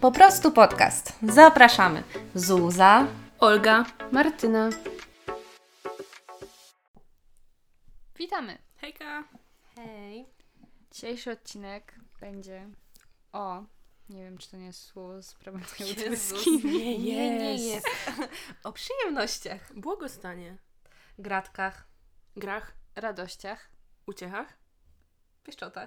Po prostu podcast. Zapraszamy. Zuza, Olga, Martyna. Witamy. hejka. hej. Dzisiejszy odcinek będzie nie wiem, czy to nie jest słowo z prawa Jezus, nie jest. O przyjemnościach. Błogostanie, Gratkach, grach, radościach. uciechach. pieszczotach.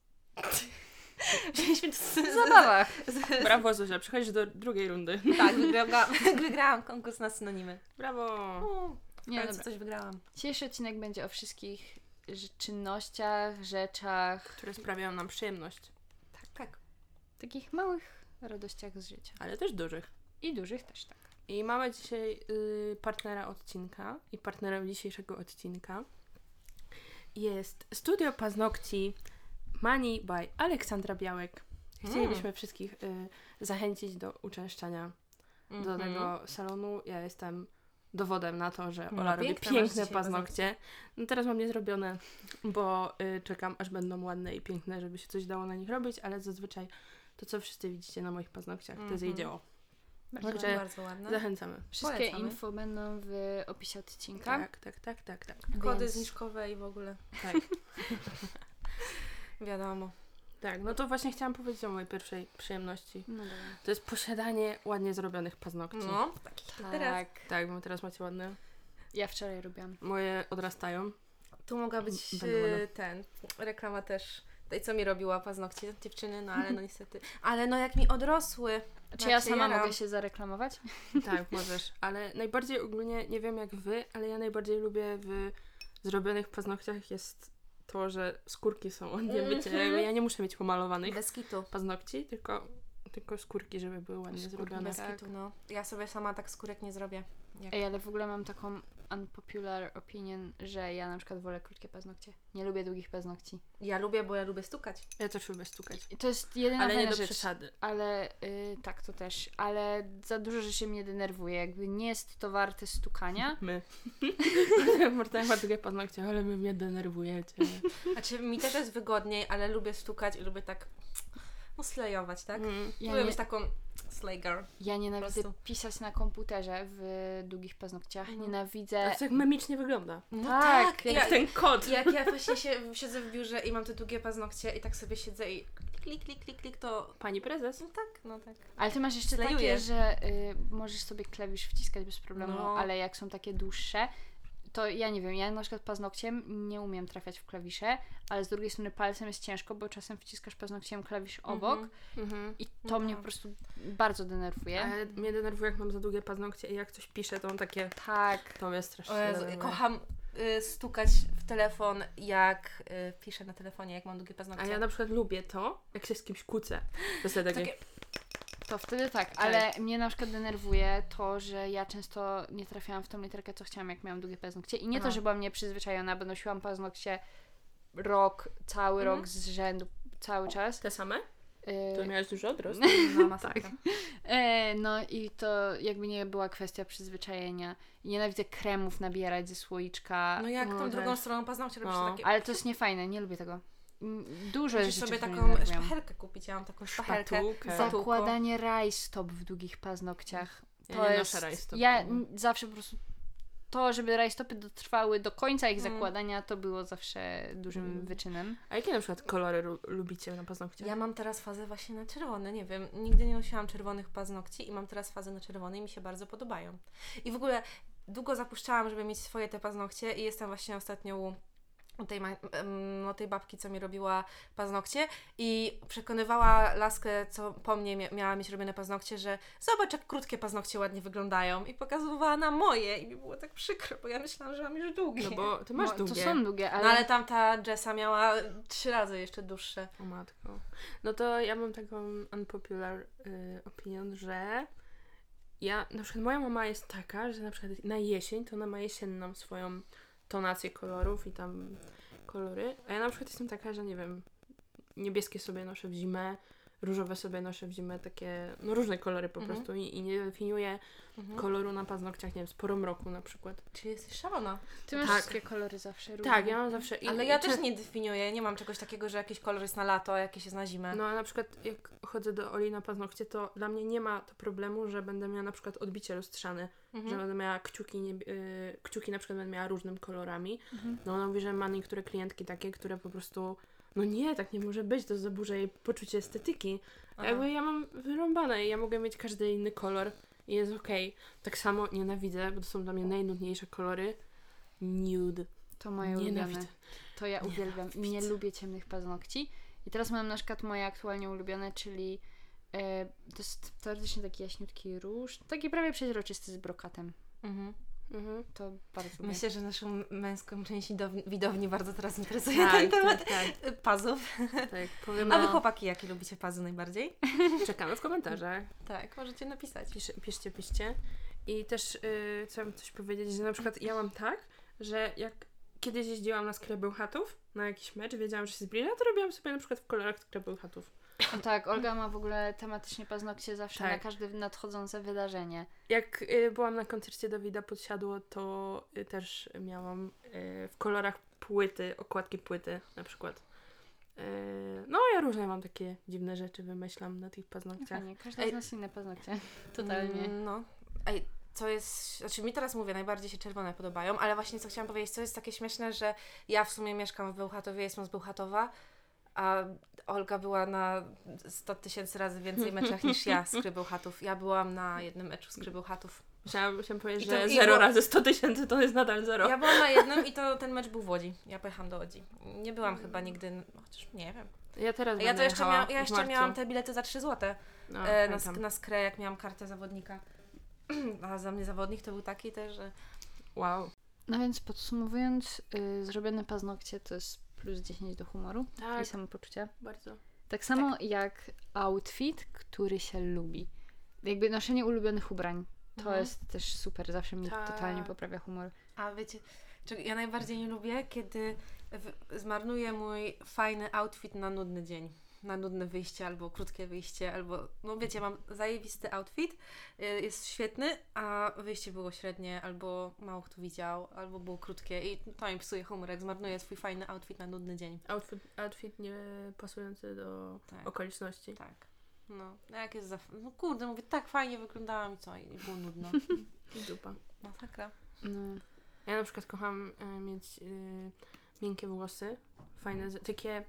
Zabawach. Brawo Zuzia, przechodzisz do drugiej rundy. Tak, wygrałam konkurs na synonimy. Brawo. Nie, W dobra. coś wygrałam. Dzisiejszy odcinek będzie o wszystkich czynnościach, rzeczach, Które sprawiają nam przyjemność, Tak. takich małych radościach z życia. ale też dużych. I dużych też, tak. I mamy dzisiaj partnera odcinka i partnerem dzisiejszego odcinka jest Studio Paznokci Mani by Aleksandra Białek. Chcielibyśmy wszystkich zachęcić do uczęszczania do tego salonu. Ja jestem dowodem na to, że Ola robi piękne paznokcie. No teraz mam nie zrobione, bo czekam, aż będą ładne i piękne, żeby się coś dało na nich robić, ale zazwyczaj to, co wszyscy widzicie na moich paznokciach, to jest jej dzieło. Także Bardzo ładne. zachęcamy. Wszystkie Polecamy. info będą w opisie odcinka. Tak. Kody Więc- zniżkowe i w ogóle. Tak. Wiadomo. Tak, no to właśnie chciałam powiedzieć o mojej pierwszej przyjemności. No dobra. To jest posiadanie ładnie zrobionych paznokci. No, takich teraz. Tak. Tak, bo teraz macie ładne. Ja wczoraj robiłam. Moje odrastają. Tu mogła być Będą ładne. reklama też tej, co mi robiła paznokcie dziewczyny, no ale no niestety. Ale no jak mi odrosły. Czy ja jak się sama jaram. mogę się zareklamować? Tak, możesz. Ale najbardziej ogólnie, nie wiem jak wy, ale ja najbardziej lubię w zrobionych paznokciach jest to, że skórki są ładnie wycięte. Ja nie muszę mieć pomalowanych Bez kitu. paznokci, tylko skórki, żeby były ładnie zrobione. Bez kitu, no. Ja sobie sama tak skórek nie zrobię. Ej, ale w ogóle mam taką unpopular opinion, że ja na przykład wolę krótkie paznokcie. Nie lubię długich paznokci. Ja lubię, bo ja lubię stukać. Ja też lubię stukać. I to jest jedyna Ale nie fajna do rzecz. przesady. Ale tak, to też. Ale za dużo rzeczy mnie denerwuje. Jakby nie jest to warte stukania. My. Marta ma długie paznokcie, ale wy mnie denerwujecie. Znaczy mi też jest wygodniej, ale lubię stukać i lubię tak slejować, tak? Ja Lubię nie, być taką slay girl. ja nienawidzę prostu. pisać na komputerze w długich paznokciach. Mhm. Nienawidzę. To jak memicznie wygląda. No Tak, jak, Jak ten kot. jak ja właśnie siedzę w biurze i mam te długie paznokcie i tak sobie siedzę i klik, to... Pani prezes? No tak. Ale ty masz jeszcze takie, Slejuję. że możesz sobie klawisz wciskać bez problemu, No. ale jak są takie dłuższe, to ja nie wiem, ja na przykład paznokciem nie umiem trafiać w klawisze, ale z drugiej strony palcem jest ciężko, bo czasem wciskasz paznokciem klawisz obok i to mnie po prostu bardzo denerwuje. Ale mnie denerwuje, jak mam za długie paznokcie i jak coś piszę, to mam takie... Tak. To mnie strasznie O Jezu, denerwuje. kocham stukać w telefon, jak piszę na telefonie, jak mam długie paznokcie. A ja na przykład lubię to, jak się z kimś kłócę. To jest takie... To wtedy tak, ale mnie na przykład denerwuje to, że ja często nie trafiałam w tą literkę, co chciałam, jak miałam długie paznokcie. I nie to, że byłam nieprzyzwyczajona, bo nosiłam paznokcie cały rok z rzędu, cały czas. Te same? To Y, miałaś dużo odrost? No, masakra. No i to jakby nie była kwestia przyzwyczajenia. I nienawidzę kremów nabierać ze słoiczka. No jak No, tą drugą też. stroną paznokcie robisz No. takie... Ale to jest niefajne, nie lubię tego. Dużo Musisz jest rzeczy, sobie które mnie taką denerwują. szpachelkę kupić. Ja mam taką szpachelkę. Szpatułkę. Zakładanie rajstop w długich paznokciach. Ja To nie jest... noszę rajstop. Ja zawsze po prostu to, żeby rajstopy dotrwały do końca ich zakładania, to było zawsze dużym wyczynem. A jakie na przykład kolory lubicie na paznokciach? Ja mam teraz fazę właśnie na czerwone, nie wiem, nigdy nie nosiłam czerwonych paznokci i mam teraz fazę na czerwone i mi się bardzo podobają. I w ogóle długo zapuszczałam, żeby mieć swoje te paznokcie i jestem właśnie ostatnio u tej babki, co mi robiła paznokcie i przekonywała laskę, co po mnie miała mieć robione paznokcie, że zobacz, jak krótkie paznokcie ładnie wyglądają i pokazywała na moje i mi było tak przykro, bo ja myślałam, że mam już długie. No bo ty masz To długie. są długie, ale... No ale tamta Jessa miała 3 razy jeszcze dłuższe. O matko. No to ja mam taką unpopular opinion, że ja, na przykład moja mama jest taka, że na przykład na jesień to ona ma jesienną swoją tonację kolorów i tam kolory, a ja na przykład jestem taka, że nie wiem, niebieskie sobie noszę w zimę, różowe sobie noszę w zimę takie, no różne kolory po prostu i nie definiuję koloru na paznokciach, nie wiem, z porą roku na przykład. Czyli jesteś szalona. Ty masz Tak. wszystkie kolory zawsze różne. Tak, ja mam zawsze... Ale ja też nie definiuję, nie mam czegoś takiego, że jakiś kolor jest na lato, a jakiś jest na zimę. No a na przykład jak chodzę do Oli na paznokcie, to dla mnie nie ma to problemu, że będę miała na przykład odbicie lustrzane, że będę miała kciuki na przykład będę miała różnymi kolorami. No ona mówi, że ma niektóre klientki takie, które po prostu no nie, tak nie może być, to zaburza jej poczucie estetyki. A jakby ja mam wyrąbane i ja mogę mieć każdy inny kolor i jest okej. Tak samo nienawidzę, bo to są dla mnie najnudniejsze kolory. Nude. To moje ulubione. Nienawidzę. To ja uwielbiam. Nie lubię ciemnych paznokci. I teraz mam na przykład moje aktualnie ulubione, czyli to jest teoretycznie taki jaśniutki róż, taki prawie przeźroczysty z brokatem. To bardzo lubię. Myślę, że naszą męską część widowni bardzo teraz interesuje Tak, ten temat tak. pazów. Tak, powiem A wy chłopaki, jakie lubicie pazy najbardziej? Czekamy w komentarzach. Tak, możecie napisać. Piszcie. I też chciałam coś powiedzieć, że na przykład ja mam tak, że jak kiedyś jeździłam na sklep Bełchatów, na jakiś mecz, wiedziałam, że się zbliża, to robiłam sobie na przykład w kolorach sklep Bełchatów. No tak, Olga ma w ogóle tematycznie paznokcie zawsze Tak. na każde nadchodzące wydarzenie. Jak byłam na koncercie Dawida Podsiadło, to też miałam w kolorach płyty, okładki płyty na przykład. No ja różne mam takie dziwne rzeczy, wymyślam na tych paznokciach. Fajnie, każda z nas inne paznokcie. Totalnie. No. Ej, co jest... Znaczy mi teraz mówię, najbardziej się czerwone podobają, ale właśnie co chciałam powiedzieć, co jest takie śmieszne, że ja w sumie mieszkam w Bełchatowie, jestem z Bełchatowa, a Olga była na 100 000 razy więcej meczach niż ja z Gry Bełchatów. Ja byłam na jednym meczu z Gry Bełchatów. Musiałam powiedzieć, I to- że i 0 bo- razy 100 000 to jest nadal 0. Ja byłam na jednym i to ten mecz był w Łodzi. Ja pojechałam do Łodzi. Nie byłam chyba nigdy, chociaż nie wiem. Ja teraz Ja to będę jeszcze, jechała ja w jeszcze marcu. miałam te bilety za 3 zł No, na skrę, jak miałam kartę zawodnika. A za mnie zawodnik to był taki też, że... Wow. No więc podsumowując, zrobione paznokcie to jest plus 10 do humoru Tak. i samopoczucia. Bardzo. Tak samo jak outfit, który się lubi. Jakby noszenie ulubionych ubrań. To jest też super, zawsze mi Tak. totalnie poprawia humor. A wiecie, czego ja najbardziej nie lubię, kiedy zmarnuję mój fajny outfit na nudny dzień. Na nudne wyjście, albo krótkie wyjście, albo... No wiecie, mam zajebisty outfit, jest świetny, a wyjście było średnie, albo mało kto widział, albo było krótkie i to mi psuje humor, jak zmarnuję swój fajny outfit na nudny dzień. Outfit nie pasujący do Tak. okoliczności. Tak. No, jak jest no kurde, mówię, tak fajnie wyglądałam i co? I było nudno. I dupa. Masakra. No. Ja na przykład kocham mieć miękkie włosy. Fajne, takie...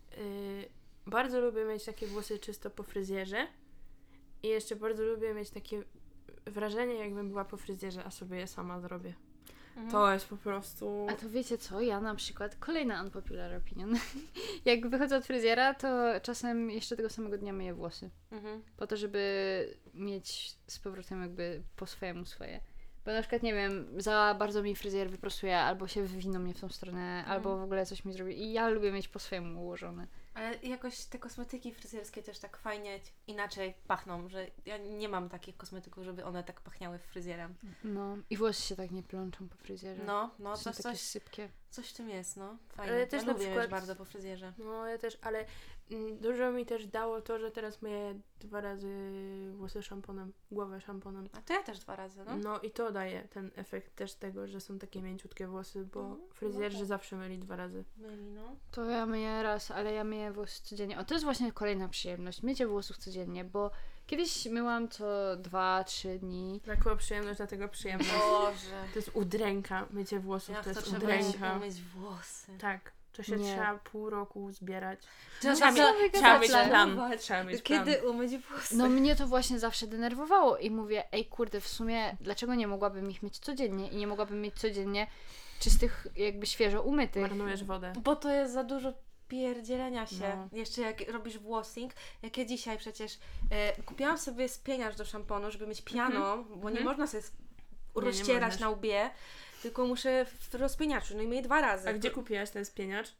bardzo lubię mieć takie włosy czysto po fryzjerze. I jeszcze bardzo lubię mieć takie wrażenie, jakbym była po fryzjerze, a sobie je sama zrobię. To jest po prostu... A to wiecie co? Ja na przykład, kolejna unpopular opinion. Jak wychodzę od fryzjera, to czasem jeszcze tego samego dnia myję włosy. Po to, żeby mieć z powrotem jakby po swojemu swoje. Bo na przykład, nie wiem, za bardzo mi fryzjer wyprostuje, albo się wywinął mnie w tą stronę, albo w ogóle coś mi zrobi. I ja lubię mieć po swojemu ułożone. Ale jakoś te kosmetyki fryzjerskie też tak fajnie inaczej pachną, że ja nie mam takich kosmetyków, żeby one tak pachniały fryzjerem. No, i włosy się tak nie plączą po fryzjerze. No, Są takie coś sypkie. w tym jest, no. Fajnie. Ale też ja na lubię przykład- mieć bardzo po fryzjerze. No ja też, ale dużo mi też dało to, że teraz myję 2 razy włosy szamponem, głowę szamponem. A to ja też 2 razy, no. No i to daje ten efekt też tego, że są takie mięciutkie włosy, bo fryzjerzy tak. zawsze myli 2 razy. Myli, no. To ja myję raz, ale ja myję włosy codziennie. O, to jest właśnie kolejna przyjemność. Mycie włosów codziennie, bo kiedyś myłam co 2-3 dni. Brakła przyjemność, dlatego przyjemność. Boże. To jest udręka, mycie włosów Jak to to jest trzeba udręka. umyć włosy. Tak, to się Nie. trzeba pół roku zbierać. Trzeba Trzeba mieć plan. Trzeba mieć plan. Kiedy umyć włosy? No mnie to właśnie zawsze denerwowało i mówię, ej kurde, w sumie dlaczego nie mogłabym ich mieć codziennie i nie mogłabym mieć codziennie czystych, jakby świeżo umytych. Marnujesz wodę. Bo to jest za dużo pierdzielenia się. No. Jeszcze jak robisz włosing, jak ja dzisiaj przecież kupiłam sobie spieniacz do szamponu, żeby mieć pianą, bo nie można sobie nie rozcierać możesz. na łbie, tylko muszę w rozpieniaczu. No i myję 2 razy. A gdzie kupiłaś ten spieniacz?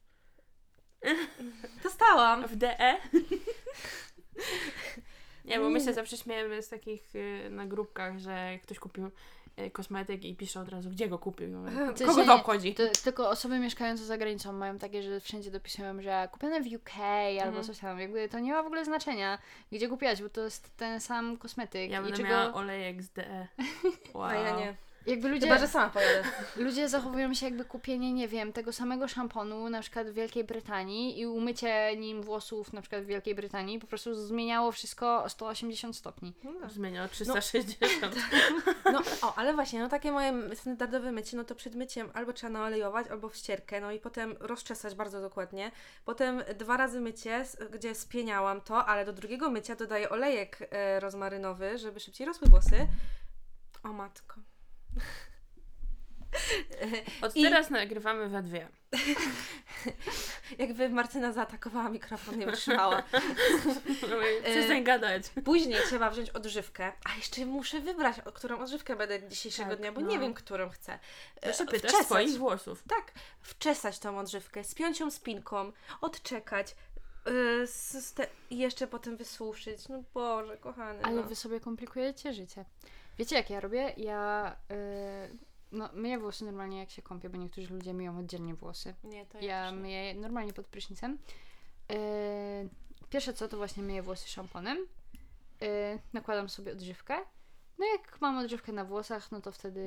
Dostałam. W DE? Nie, bo my się zawsze śmiejemy z takich na grupkach, że ktoś kupił kosmetyk i pisze od razu, gdzie go kupił. To Kogo się to nie- obchodzi? Tylko osoby mieszkające za granicą mają takie, że wszędzie dopisują, że kupione w UK albo coś tam. Jakby to nie ma w ogóle znaczenia, gdzie kupiłaś, bo to jest ten sam kosmetyk. Ja I będę czego miała olejek z DE. Wow. A ja nie. jakby ludzie, Chyba, że sama pojadę. ludzie zachowują się jakby kupienie, nie wiem, tego samego szamponu na przykład w Wielkiej Brytanii i umycie nim włosów na przykład w Wielkiej Brytanii po prostu zmieniało wszystko o 180 stopni. Zmieniał 360. No, ale właśnie, takie moje standardowe mycie, no to przed myciem albo trzeba naolejować, albo w ścierkę, no i potem rozczesać bardzo dokładnie. Potem 2 razy mycie, gdzie spieniałam to, ale do drugiego mycia dodaję olejek rozmarynowy, żeby szybciej rosły włosy. O matko. Od teraz nagrywamy we 2. Jakby Martyna zaatakowała mikrofon, nie wytrzymała. Przestań gadać. Później trzeba wziąć odżywkę, a jeszcze muszę wybrać, którą odżywkę będę dzisiejszego dnia, bo nie wiem, którą chcę. To się pytasz Wczesać. swoich włosów. Tak, wczesać tą odżywkę, spiąć ją spinką, odczekać i jeszcze potem wysuszyć. No Boże, kochany. Ale no. wy sobie komplikujecie życie. Wiecie, jak ja robię? Ja myję włosy normalnie, jak się kąpię, bo niektórzy ludzie myją oddzielnie włosy. Nie, to Ja też nie. myję je normalnie pod prysznicem. Pierwsze co, to właśnie myję włosy szamponem. Nakładam sobie odżywkę. No jak mam odżywkę na włosach, no to wtedy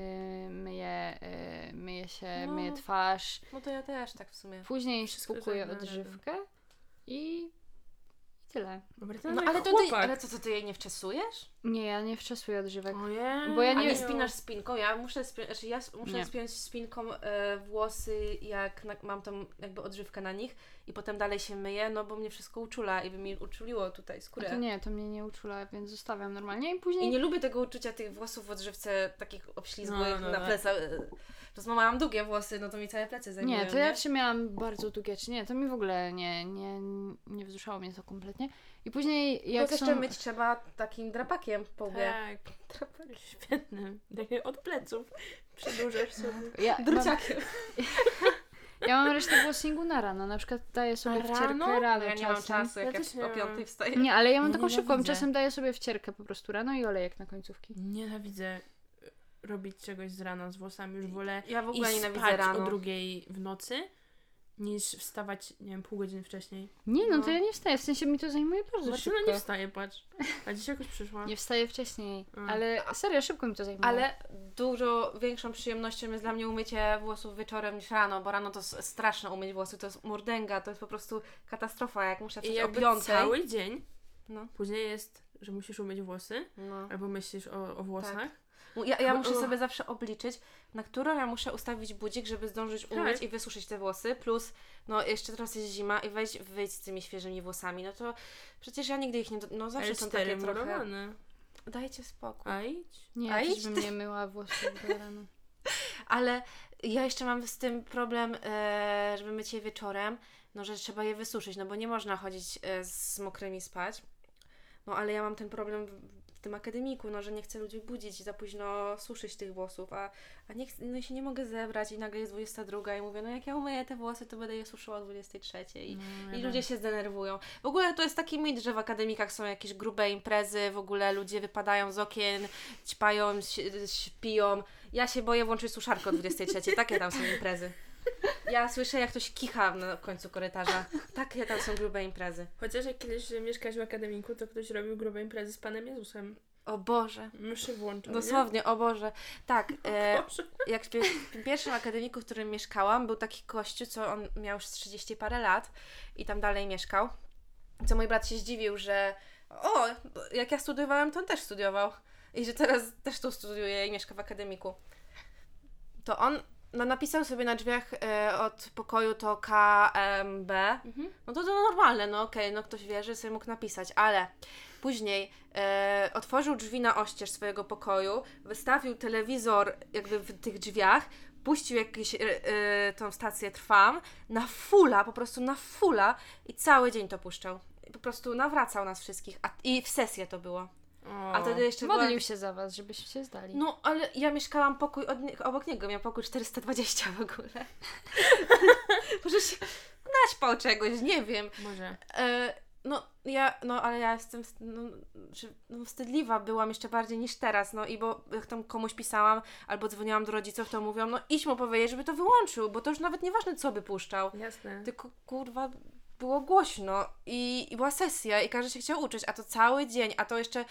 myję się, No. myję twarz. No to ja też tak w sumie. Później Wszystko spłukuję tak na razie. odżywkę i tyle. No ale to ty jej nie wczesujesz? Nie, ja nie wczesuję odżywek. Ojej. Bo ja A nie- nie spinasz spinką? Ja muszę Nie. spiąć spinką włosy, jak mam tą jakby odżywkę na nich i potem dalej się myję, no bo mnie wszystko uczula i by mi uczuliło tutaj A skórę. to nie, to mnie nie uczula, więc zostawiam normalnie i później... I nie lubię tego uczucia tych włosów w odżywce takich obślizgłych No, na tak. plecach. To z mam długie włosy, no to mi całe plecy zajmują. Nie, to ja czy miałam bardzo długie, czy nie, to mi w ogóle nie wzruszało mnie to kompletnie. I później jak Jak jeszcze myć trzeba takim drapakiem po łbie. Tak, świetny. Takie od pleców przedłużasz sobie. Druciakiem. Ja mam resztę włossingu na rano, na przykład daję sobie Na wcierkę rano? rano Ja nie mam czasem. czasu, jak Ja ja też nie o mam. 5 wstaję. Nie, ale ja mam Ja taką szybką, nienawidzę. czasem daję sobie wcierkę po prostu rano i olejek na końcówki. Nienawidzę robić czegoś z rana z włosami. Już wolę Ja w ogóle iść nienawidzę spać rano. o 2 w nocy, niż wstawać, nie wiem, pół godziny wcześniej. Nie, no No. to ja nie wstaję, w sensie mi to zajmuje bardzo Martyna szybko. nie wstaje, patrz. A dziś jakoś przyszła. Nie wstaję wcześniej, Mm. ale serio, szybko mi to zajmuje. Ale dużo większą przyjemnością jest dla mnie umycie włosów wieczorem niż rano, bo rano to straszne umyć włosy, to jest murdęga, to jest po prostu katastrofa, jak muszę I wstać o jakby 5. cały dzień No. później jest, że musisz umyć włosy, No. albo myślisz o włosach. Ja muszę sobie zawsze obliczyć, na którą ja muszę ustawić budzik, żeby zdążyć umyć Tak. i wysuszyć te włosy, plus no jeszcze teraz jest zima i wyjść z tymi świeżymi włosami, no to przecież ja nigdy ich nie, no zawsze są takie trochę, murowane. dajcie spokój. A idź. Nie, A ja też idź bym ty. nie myła włosów do rana. Ale ja jeszcze mam z tym problem, żeby myć je wieczorem, no że trzeba je wysuszyć, no bo nie można chodzić z mokrymi spać. No ale ja mam ten problem w tym akademiku, no że nie chcę ludzi budzić i za późno suszyć tych włosów, a nie no i się nie mogę zebrać i nagle jest 22 i mówię, no jak ja umyję te włosy, to będę je suszyła o 23 i ludzie się zdenerwują. W ogóle to jest taki mit, że w akademikach są jakieś grube imprezy, w ogóle ludzie wypadają z okien, ćpają, śpią. Ja się boję włączyć suszarkę o 23, takie tam są imprezy. Ja słyszę, jak ktoś kicha na końcu korytarza. Takie tam są grube imprezy. Chociaż jak kiedyś mieszkać w akademiku, to ktoś robił grube imprezy z Panem Jezusem. O Boże. Myszy włączał, Dosłownie, o Boże. Tak, nie? Boże. jak w tym pierwszym akademiku, w którym mieszkałam, był taki gościu, co on miał już 30 parę lat i tam dalej mieszkał. Co mój brat się zdziwił, że jak ja studiowałam, to on też studiował. I że teraz też tu studiuje i mieszka w akademiku. To on napisał sobie na drzwiach od pokoju to KMB. No to normalne, no okej, no ktoś wie, że sobie mógł napisać, ale później otworzył drzwi na oścież swojego pokoju, wystawił telewizor jakby w tych drzwiach, puścił jakąś tą stację Trwam na fulla, po prostu na fulla i cały dzień to puszczał. I po prostu nawracał nas wszystkich. I w sesję to było. A wtedy jeszcze Modlił się za was, żebyście się zdali. No, ale ja mieszkałam pokój obok niego, miał pokój 420 w ogóle. Może się naćpał czegoś, nie wiem. Może. ale ja jestem wstydliwa byłam jeszcze bardziej niż teraz, i bo jak tam komuś pisałam albo dzwoniłam do rodziców, to mówią, idź mu powiedzieć, żeby to wyłączył, bo to już nawet nieważne, co by puszczał. Jasne. Tylko, kurwa, było głośno i była sesja i każdy się chciał uczyć, a to cały dzień, a to jeszcze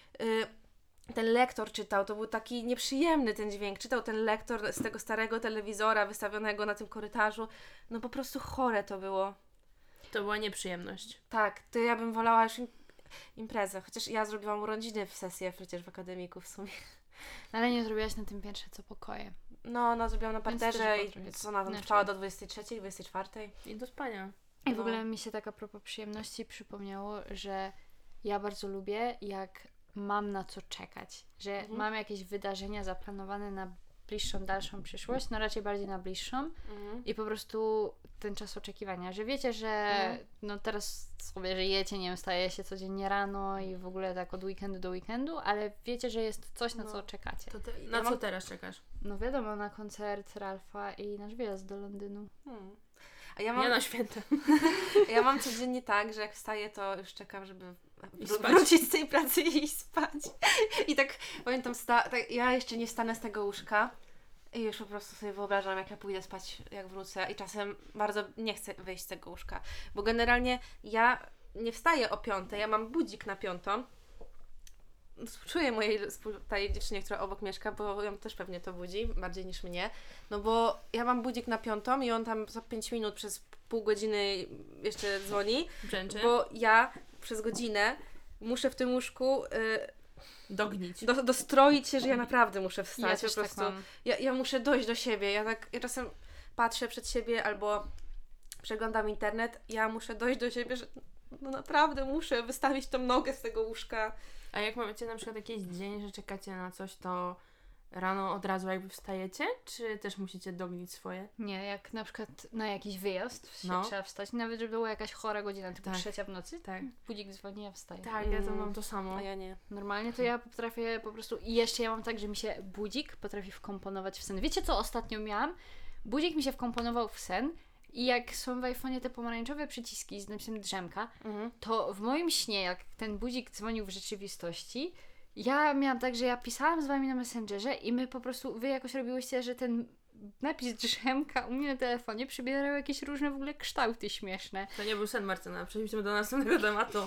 ten lektor czytał, to był taki nieprzyjemny ten dźwięk, czytał ten lektor z tego starego telewizora wystawionego na tym korytarzu, po prostu chore to było. To była nieprzyjemność. Tak, to ja bym wolała już imprezę, chociaż ja zrobiłam urodziny w sesję przecież w akademiku w sumie. Ale nie zrobiłaś na tym piętrze co pokoje. Zrobiłam na parterze i co ona tam trwała do 23, 24. I do spania. I w ogóle mi się tak a propos przyjemności przypomniało, że ja bardzo lubię, jak mam na co czekać, że mam jakieś wydarzenia zaplanowane na bliższą, dalszą przyszłość, raczej bardziej na bliższą i po prostu ten czas oczekiwania, że wiecie, że teraz sobie żyjecie, nie wiem, staje się codziennie rano i w ogóle tak od weekendu do weekendu, ale wiecie, że jest coś, na co czekacie. To co teraz czekasz? Wiadomo, na koncert Ralfa i nasz wyjazd do Londynu. A ja na święta. Ja mam codziennie tak, że jak wstaję, to już czekam, żeby wrócić z tej pracy i iść spać. I tak pamiętam, ja jeszcze nie wstanę z tego łóżka i już po prostu sobie wyobrażam, jak ja pójdę spać, jak wrócę i czasem bardzo nie chcę wyjść z tego łóżka, bo generalnie ja nie wstaję o 5, ja mam budzik na 5. Czuję mojej tej dziewczynie, która obok mieszka, bo ją też pewnie to budzi, bardziej niż mnie, bo ja mam budzik na 5 i on tam za 5 minut przez pół godziny jeszcze dzwoni, Brzęczy. Bo ja przez godzinę muszę w tym łóżku dognić. Dostroić się, że ja naprawdę muszę wstać. Ja po prostu. Tak mam. Ja muszę dojść do siebie. Ja czasem patrzę przed siebie albo przeglądam internet. Ja muszę dojść do siebie, że naprawdę muszę wystawić tą nogę z tego łóżka. A jak macie na przykład jakiś dzień, że czekacie na coś, to rano od razu jakby wstajecie? Czy też musicie dognić swoje? Nie, jak na przykład na jakiś wyjazd trzeba wstać, nawet żeby była jakaś chora godzina, typu 3 w nocy, budzik dzwoni, ja wstaję. Tak, ja to mam to samo. A ja nie. Normalnie to ja potrafię po prostu, i jeszcze ja mam tak, że mi się budzik potrafi wkomponować w sen. Wiecie co ostatnio miałam? Budzik mi się wkomponował w sen i jak są w iPhone'ie te pomarańczowe przyciski z napisem drzemka, to w moim śnie, jak ten budzik dzwonił w rzeczywistości, ja miałam tak, że ja pisałam z wami na Messengerze i my po prostu, wy jakoś robiłyście, że ten napis drzemka u mnie na telefonie przybierał jakieś różne w ogóle kształty śmieszne. To nie był sen, Martyna. Przejdźmy do następnego tematu.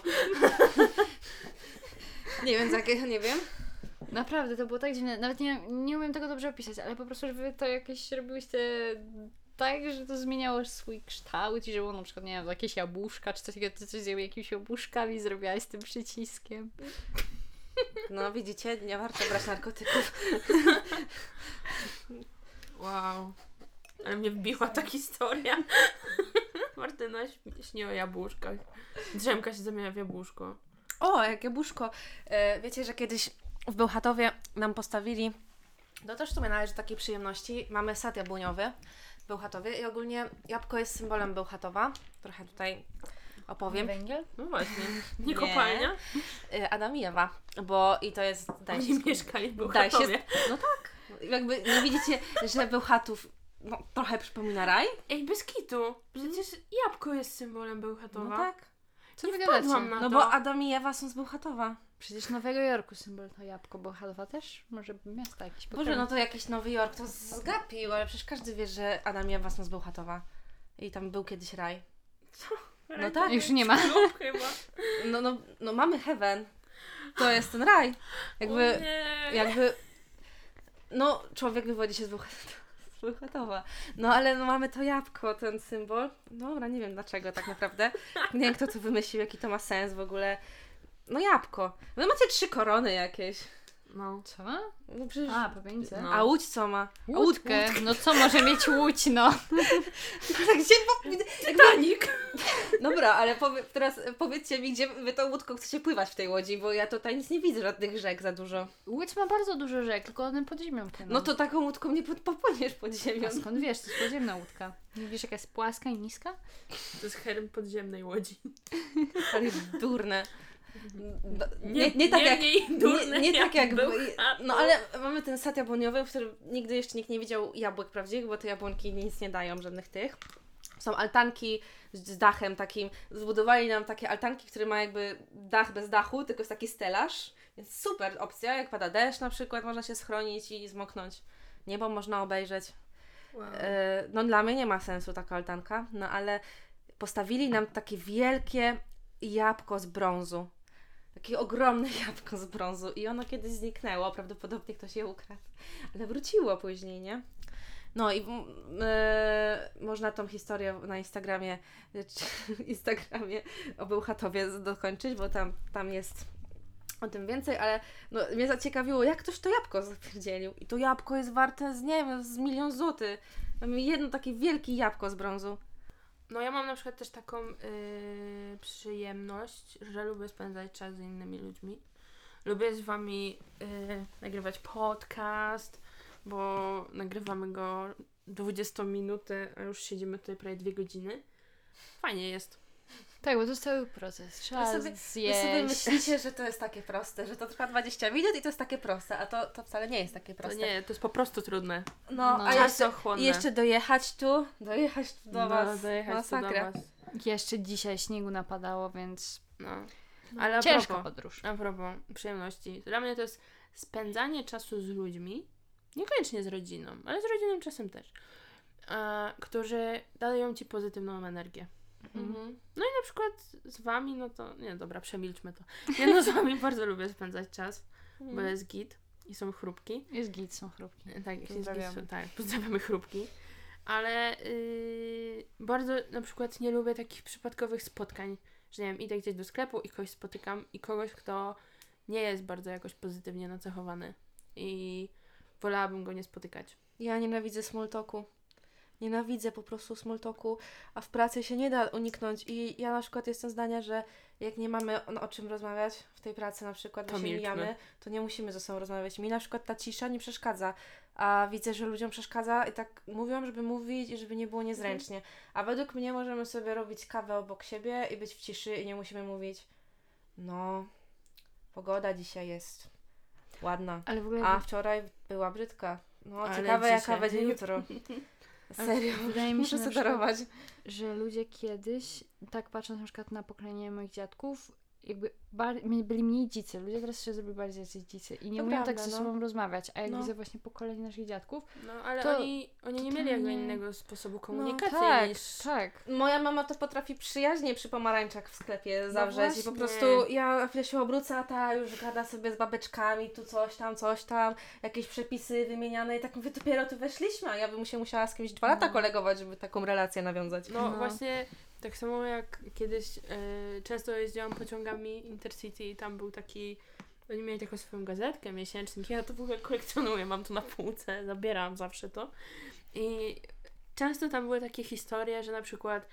Nie wiem, nie wiem. Naprawdę, to było tak dziwne. Nawet nie umiem tego dobrze opisać, ale po prostu, że wy to jakieś robiłyście tak, że to zmieniało swój kształt i że było na przykład, nie wiem, jakieś jabłuszka czy coś takiego, ty coś z jakimiś jabłuszkami zrobiłaś z tym przyciskiem. Widzicie, nie warto brać narkotyków. Wow. Ale mnie wbiła ta historia. Martyna śni o jabłuszkach. Drzemka się zamienia w jabłuszko. O, jak jabłuszko. Wiecie, że kiedyś w Bełchatowie nam postawili, to też w sumie należy do takiej przyjemności, mamy sad jabłoniowy w Bełchatowie i ogólnie jabłko jest symbolem Bełchatowa. Trochę tutaj opowiem. Węgiel? No właśnie. Nie kopalnia? Adam i Ewa, bo i to jest... Oni mieszkali w Bełchatowie. No tak. Jakby nie widzicie, że Bełchatów trochę przypomina raj? Ej, bez kitu. Przecież jabłko jest symbolem Bełchatowa. No tak. Co nie wy wpadłam gadacie? na to. Bo Adam i Ewa są z Bełchatowa. Przecież Nowego Jorku symbol to jabłko, Bełchatowa też? Może miasta jakieś Boże, no to jakiś Nowy Jork to zgapił, ale przecież każdy wie, że Adam i Ewa są z Bełchatowa. I tam był kiedyś raj. Co? No tak. Już nie ma. Chyba. No mamy heaven. To jest ten raj. Jakby człowiek wywodzi się z Bełchatowa. No ale mamy to jabłko, ten symbol. Dobra, nie wiem dlaczego tak naprawdę. Nie wiem, kto to wymyślił, jaki to ma sens w ogóle. No jabłko. Wy macie 3 korony jakieś. No. Co? No przecież... Powiedzcie. A Łódź co ma? Łódkę. No co może mieć Łódź, no? Gdzie... Titanic! Dobra, ale teraz powiedzcie mi, gdzie wy tą łódką chcecie pływać w tej łodzi, bo ja tutaj nic nie widzę, żadnych rzek za dużo. Łódź ma bardzo dużo rzek, tylko one pod ziemią płyną. No to taką łódką nie popłyniesz pod ziemią. A skąd wiesz, to jest podziemna łódka. Nie wiesz, jaka jest płaska i niska? To jest herb podziemnej łodzi. Ale jest durne. Nie tak jak no ale mamy ten sad jabłoniowy, w którym nigdy jeszcze nikt nie widział jabłek prawdziwych, bo te jabłonki nic nie dają, żadnych tych. Są altanki z dachem takim. Zbudowali nam takie altanki, które ma jakby dach bez dachu, tylko jest taki stelaż. Więc super opcja, jak pada deszcz na przykład, można się schronić i zmoknąć. Niebo można obejrzeć. Wow. No dla mnie nie ma sensu taka altanka, no ale postawili nam takie wielkie jabłko z brązu. Takie ogromne jabłko z brązu i ono kiedyś zniknęło, prawdopodobnie ktoś je ukradł, ale wróciło później, nie? No i można tą historię na Instagramie o Bełchatowie dokończyć, bo tam jest o tym więcej, ale no, mnie zaciekawiło, jak ktoś to jabłko zapierdzielił. I to jabłko jest warte, nie wiem, z 1 000 000 złotych. Mamy jedno takie wielkie jabłko z brązu. No ja mam na przykład też taką przyjemność, że lubię spędzać czas z innymi ludźmi. Lubię z wami nagrywać podcast, bo nagrywamy go 20 minut, a już siedzimy tutaj prawie 2 godziny. Fajnie jest. Tak, bo to jest cały proces. Trzeba Wy sobie zjeść. myślicie, że to jest takie proste, że to trwa 20 minut i to jest takie proste, a to wcale nie jest takie To proste. nie, to jest po prostu trudne. No, No. a Czasochłonne. jeszcze dojechać tu do was, dojechać tu do masakra. was. Jeszcze dzisiaj śniegu napadało, więc No. Ale ciężka podróż. a propos przyjemności. Dla mnie to jest spędzanie czasu z ludźmi, niekoniecznie z rodziną, ale z rodziną czasem też, którzy dają ci pozytywną energię. Mhm. No i na przykład z wami, no to, nie dobra, przemilczmy to. Nie no, z wami bardzo lubię spędzać czas, bo jest git i są chrupki. Jest git, są chrupki. Tak, jest Pozdrawiamy. git, tak, pozdrawiamy chrupki. Ale bardzo na przykład nie lubię takich przypadkowych spotkań, że nie wiem, idę gdzieś do sklepu i kogoś spotykam i kogoś, kto nie jest bardzo jakoś pozytywnie nacechowany i wolałabym go nie spotykać. Ja nienawidzę small talku. Nienawidzę po prostu small talku, a w pracy się nie da uniknąć i ja na przykład jestem zdania, że jak nie mamy o czym rozmawiać w tej pracy na przykład, To bo się milczmy. mijamy, to nie musimy ze sobą rozmawiać. Mi na przykład ta cisza nie przeszkadza, a widzę, że ludziom przeszkadza i tak mówią, żeby mówić i żeby nie było niezręcznie. A według mnie możemy sobie robić kawę obok siebie i być w ciszy i nie musimy mówić no, pogoda dzisiaj jest ładna, Ale w ogóle a wczoraj była brzydka. No, Ale ciekawe jaka dzisiaj. będzie jutro. Serio, wydaje mi się muszę na sobie przykład, darować. że ludzie kiedyś, tak patrząc na przykład na pokolenie moich dziadków, jakby byli mniej dzicy. Ludzie teraz się zrobili bardziej jacyś dzicy i nie To umieją prawda, tak ze no. sobą rozmawiać. A jak No. widzę właśnie pokolenie naszych dziadków, No, ale To oni nie mieli jakby totalnie- innego sposobu komunikacji tak, niż... tak. Moja mama to potrafi przyjaźnie przy pomarańczach w sklepie zawrzeć i po właśnie. prostu ja na chwilę się obrócę, a ta już gada sobie z babeczkami, tu coś tam, jakieś przepisy wymieniane i tak mówię, dopiero tu weszliśmy, a ja bym się musiała z kimś 2 lata kolegować, żeby taką relację nawiązać. No, No. właśnie tak samo jak kiedyś często jeździłam pociągami Intercity i tam był taki, oni mieli taką swoją gazetkę miesięcznik, ja to w ogóle kolekcjonuję, mam to na półce, zabieram zawsze to i często tam były takie historie, że na przykład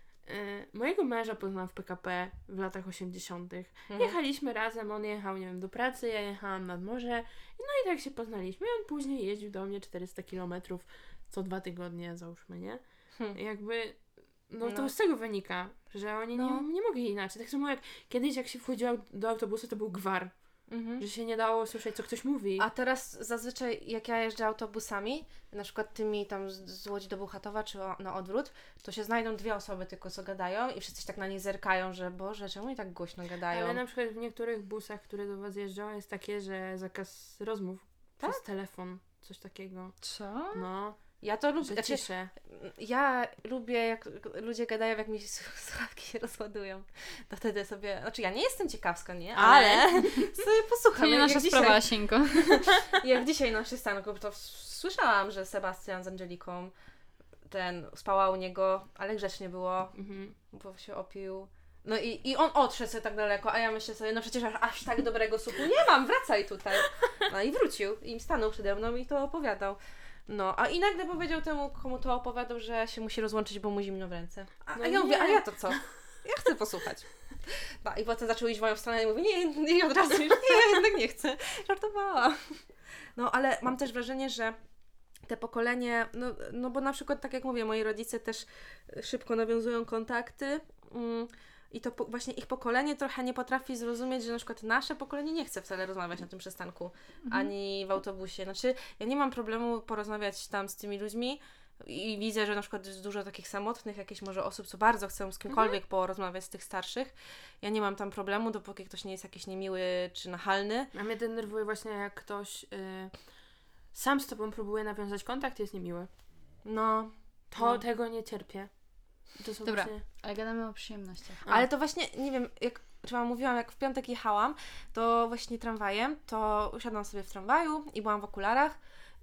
mojego męża poznałam w PKP w latach 80. Jechaliśmy razem, on jechał, nie wiem, do pracy, ja jechałam nad morze no i tak się poznaliśmy i on później jeździł do mnie 400 kilometrów co 2 tygodnie, załóżmy, nie? Jakby, no to No. z tego wynika, że oni No. nie mogli inaczej. Tak samo jak kiedyś, jak się wchodziło do autobusu, to był gwar, że się nie dało słyszeć, co ktoś mówi. A teraz zazwyczaj jak ja jeżdżę autobusami, na przykład tymi tam z Łodzi do Bełchatowa czy na odwrót, to się znajdą 2 osoby tylko co gadają i wszyscy się tak na nich zerkają, że Boże, czemu oni tak głośno gadają? Ale na przykład w niektórych busach, które do was jeżdżą, jest takie, że zakaz rozmów przez telefon, coś takiego. Co? No, Ja to lubię, że znaczy, ciszę. ja lubię jak ludzie gadają, jak mi słuchawki się rozładują. To wtedy sobie, znaczy ja nie jestem ciekawska, nie? Ale sobie posłucham. To nie jak nasza dzisiaj, sprawa, Sieńko. Jak dzisiaj na przystanku, to słyszałam, że Sebastian z Angeliką spała u niego, ale grzecznie było, Mhm. bo się opił. No i on odszedł sobie tak daleko, a ja myślę sobie, no przecież aż tak dobrego słuchu nie mam, wracaj tutaj. No i wrócił i stanął przede mną i to opowiadał. No, a i nagle powiedział temu, komu to opowiadał, że się musi rozłączyć, bo mu zimno w ręce. A No ja mówię, nie. a ja to co? Ja chcę posłuchać. No i potem zaczął iść w moją stronę i mówi, nie, od razu już, nie, jednak nie chcę. Żartowałam. No, ale mam też wrażenie, że te pokolenie, no bo na przykład, tak jak mówię, moi rodzice też szybko nawiązują kontakty i to właśnie ich pokolenie trochę nie potrafi zrozumieć, że na przykład nasze pokolenie nie chce wcale rozmawiać na tym przystanku, ani w autobusie. Znaczy, ja nie mam problemu porozmawiać tam z tymi ludźmi, i widzę, że na przykład jest dużo takich samotnych, jakieś może osób, co bardzo chcą z kimkolwiek porozmawiać z tych starszych. Ja nie mam tam problemu, dopóki ktoś nie jest jakiś niemiły czy nachalny. A mnie denerwuje właśnie, jak ktoś sam z tobą próbuje nawiązać kontakt, jest niemiły. No. Tego nie cierpię. To są Dobra, właśnie... ale gadamy o przyjemnościach. Ale to właśnie, nie wiem, czy wam mówiłam, jak w piątek jechałam, to właśnie tramwajem, to usiadłam sobie w tramwaju i byłam w okularach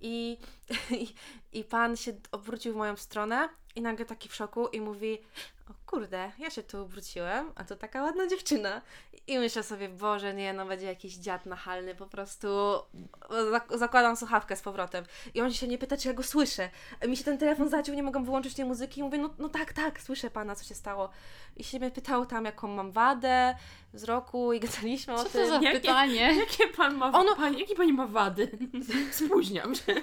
i pan się obrócił w moją stronę i nagle taki w szoku i mówi: o kurde, ja się tu obróciłem, a to taka ładna dziewczyna. I myślę sobie, Boże, nie, no będzie jakiś dziad nachalny, po prostu zakładam słuchawkę z powrotem. I on się nie pyta, czy ja go słyszę. Mi się ten telefon zaciął, nie mogłam wyłączyć tej muzyki i mówię, no tak, słyszę pana, co się stało. I się mnie pytał tam, jaką mam wadę wzroku i gadaliśmy o Co tym. to za pytanie? Jakie pan ma... Jakie pani ma wady? Spóźniam się.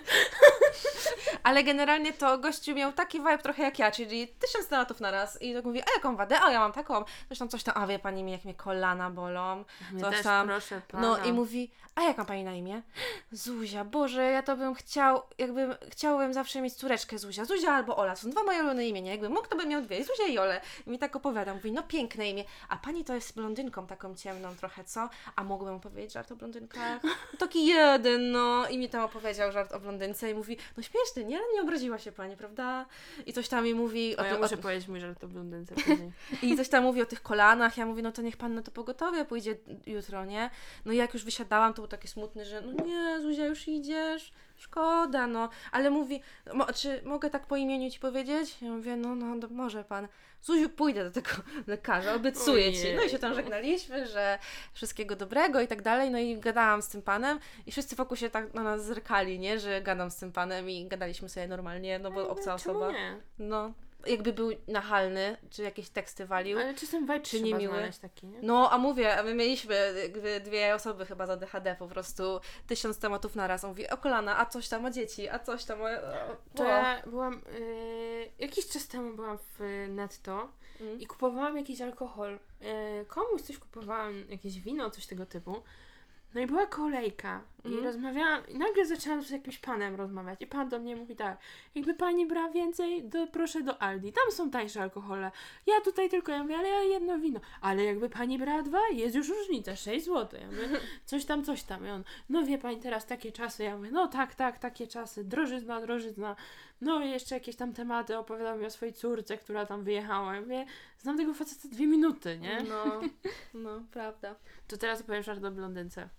Ale generalnie to gościu miał taki vibe trochę jak ja, czyli 1000 tematów na raz. I tak mówi, a jaką wadę? A ja mam taką. Coś tam, a wie pani mi, jak mnie kolana bolą. Mnie Coś też, tam. proszę pana. No i mówi, a jak ma pani na imię? Zuzia, Boże, ja to bym chciałbym zawsze mieć córeczkę Zuzia albo Ola. Są 2 moje ulubione imienia. Jakbym mógł, to bym miał 2, Zuzia i Olę. I mi tak opowiada, mówi, no piękne imię. A pani to jest blondynką taką ciemną trochę, co? A mógłbym opowiedzieć żart o blondynkach? Taki jeden, no. I mi tam opowiedział żart o blondynce i mówi, no śmieszny, nie? Nie obraziła się pani, prawda? I coś tam mi mówi... Ja muszę powiedzieć mój żart o blondynce później. I coś tam mówi o tych kolanach. Ja mówię, no to niech pan na to pogotowie pójdzie jutro, nie? No i jak już wysiadałam, to był taki smutny, że no nie, Zuzia, już idziesz? Szkoda, no. Ale mówi, czy mogę tak po imieniu ci powiedzieć? Ja mówię, no, może pan. Zuziu, pójdę do tego lekarza, obiecuję ci. No i się tam żegnaliśmy, że wszystkiego dobrego i tak dalej. No i gadałam z tym panem i wszyscy wokół się tak na nas zerkali, nie? Że gadam z tym panem i gadaliśmy sobie normalnie, no bo obca osoba. Nie? No. Jakby był nachalny, czy jakieś teksty walił. Ale czasem vibe czy trzeba niemiły. znaleźć taki, nie? No, a mówię, a my mieliśmy jakby 2 osoby chyba z ADHD, po prostu 1000 tematów na raz. On mówi, o kolana, a coś tam o dzieci, a coś tam To ja byłam, jakiś czas temu byłam w Netto i kupowałam jakiś alkohol. Komuś coś kupowałam, jakieś wino, coś tego typu. No i była kolejka i rozmawiałam, i nagle zaczęłam z jakimś panem rozmawiać i pan do mnie mówi tak, jakby pani brała więcej, proszę do Aldi, tam są tańsze alkohole, ja tutaj tylko, ja mówię, ale ja jedno wino, ale jakby pani brała 2, jest już różnica, 6 zł, ja mówię, coś tam, i on, no wie pani, teraz takie czasy, ja mówię, no tak, takie czasy, drożyzna, no i jeszcze jakieś tam tematy, opowiadał mi o swojej córce, która tam wyjechała, ja mówię, znam tego faceta 2 minuty, nie? No, prawda. To teraz opowiem żart o blondynce.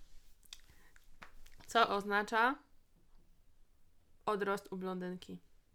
Co oznacza odrost u blondynki?